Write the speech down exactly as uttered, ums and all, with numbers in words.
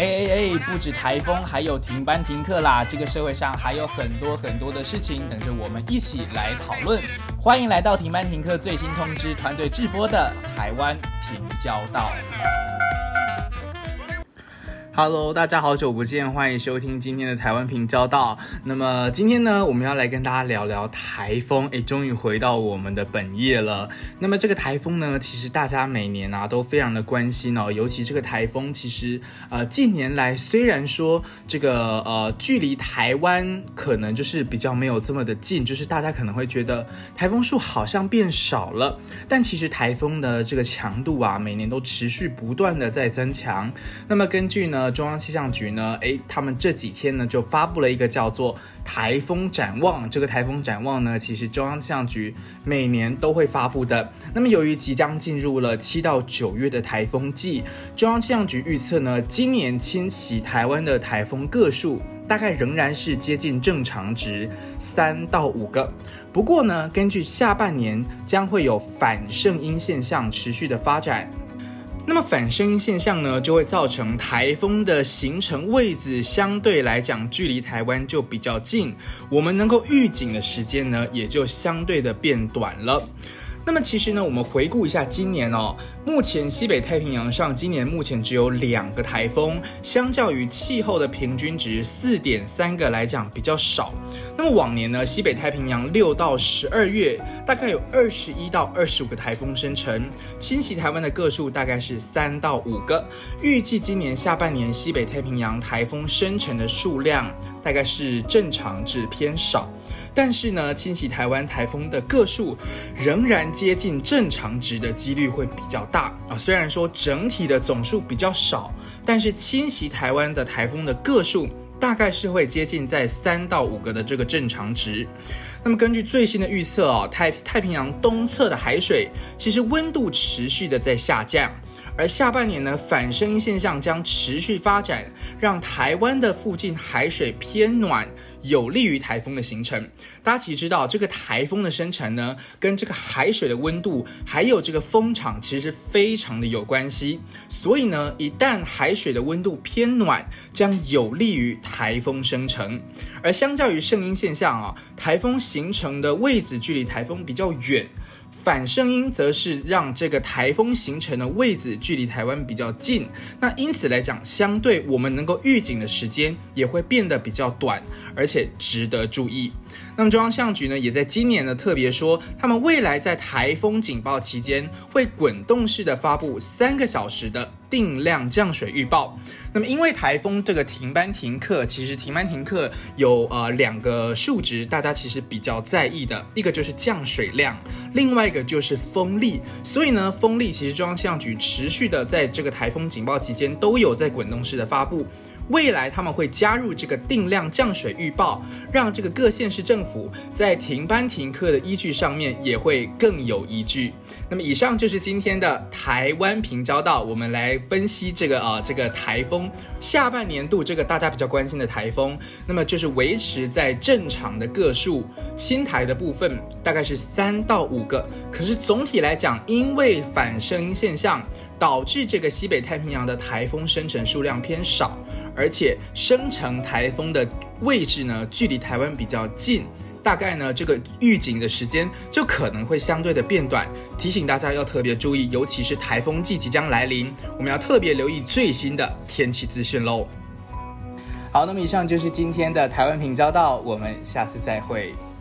哎哎哎，不止台风，还有停班停课啦！这个社会上还有很多很多的事情等着我们一起来讨论。欢迎来到停班停课最新通知团队制播的台湾平交道。Hello， 大家好久不见，欢迎收听今天的台湾平交道。那么今天呢，我们要来跟大家聊聊台风，诶，终于回到我们的本业了。那么这个台风呢，其实大家每年啊都非常的关心哦，尤其这个台风，其实呃近年来虽然说这个呃距离台湾可能就是比较没有这么的近，就是大家可能会觉得台风数好像变少了，但其实台风的这个强度啊，每年都持续不断的在增强。那么根据呢中央气象局呢，诶，他们这几天呢就发布了一个叫做台风展望。这个台风展望呢，其实中央气象局每年都会发布的。那么由于即将进入了七到九月的台风季，中央气象局预测呢，今年侵袭台湾的台风个数大概仍然是接近正常值三到五个。不过呢，根据下半年将会有反圣婴现象持续的发展。那么反圣婴现象呢，就会造成台风的形成位置相对来讲距离台湾就比较近，我们能够预警的时间呢，也就相对的变短了。那么其实呢，我们回顾一下今年哦，目前西北太平洋上今年目前只有两个台风，相较于气候的平均值 四点三 个来讲比较少。那么往年呢，西北太平洋六到十二月大概有二十一到二十五个台风生成，侵袭台湾的个数大概是三到五个。预计今年下半年西北太平洋台风生成的数量大概是正常至偏少。但是呢，侵袭台湾台风的个数仍然接近正常值的几率会比较大啊。虽然说整体的总数比较少，但是侵袭台湾的台风的个数大概是会接近在三到五个的这个正常值。那么根据最新的预测哦，太太平洋东侧的海水其实温度持续的在下降。而下半年呢，反圣婴现象将持续发展，让台湾的附近海水偏暖，有利于台风的形成。大家其实知道，这个台风的生成呢，跟这个海水的温度，还有这个风场，其实非常的有关系。所以呢，一旦海水的温度偏暖，将有利于台风生成。而相较于圣婴现象啊，台风形成的位置距离台风比较远。反圣婴则是让这个台风形成的位置距离台湾比较近，那因此来讲，相对我们能够预警的时间也会变得比较短，而且值得注意。那么中央气象局呢，也在今年呢特别说，他们未来在台风警报期间会滚动式的发布三个小时的定量降水预报。那么因为台风这个停班停课，其实停班停课有呃两个数值，大家其实比较在意的，一个就是降水量，另外一个就是风力。所以呢，风力其实中央气象局持续的在这个台风警报期间都有在滚动式的发布。未来他们会加入这个定量降水预报，让这个各县市政府在停班停课的依据上面也会更有依据。那么以上就是今天的台湾平交道，我们来分析这个呃这个台风下半年度这个大家比较关心的台风，那么就是维持在正常的个数，侵台的部分大概是三到五个，可是总体来讲，因为反圣婴现象导致这个西北太平洋的台风生成数量偏少，而且生成台风的位置呢距离台湾比较近，大概呢这个预警的时间就可能会相对的变短，提醒大家要特别注意，尤其是台风季即将来临，我们要特别留意最新的天气资讯咯。好，那么以上就是今天的台湾平交道，我们下次再会。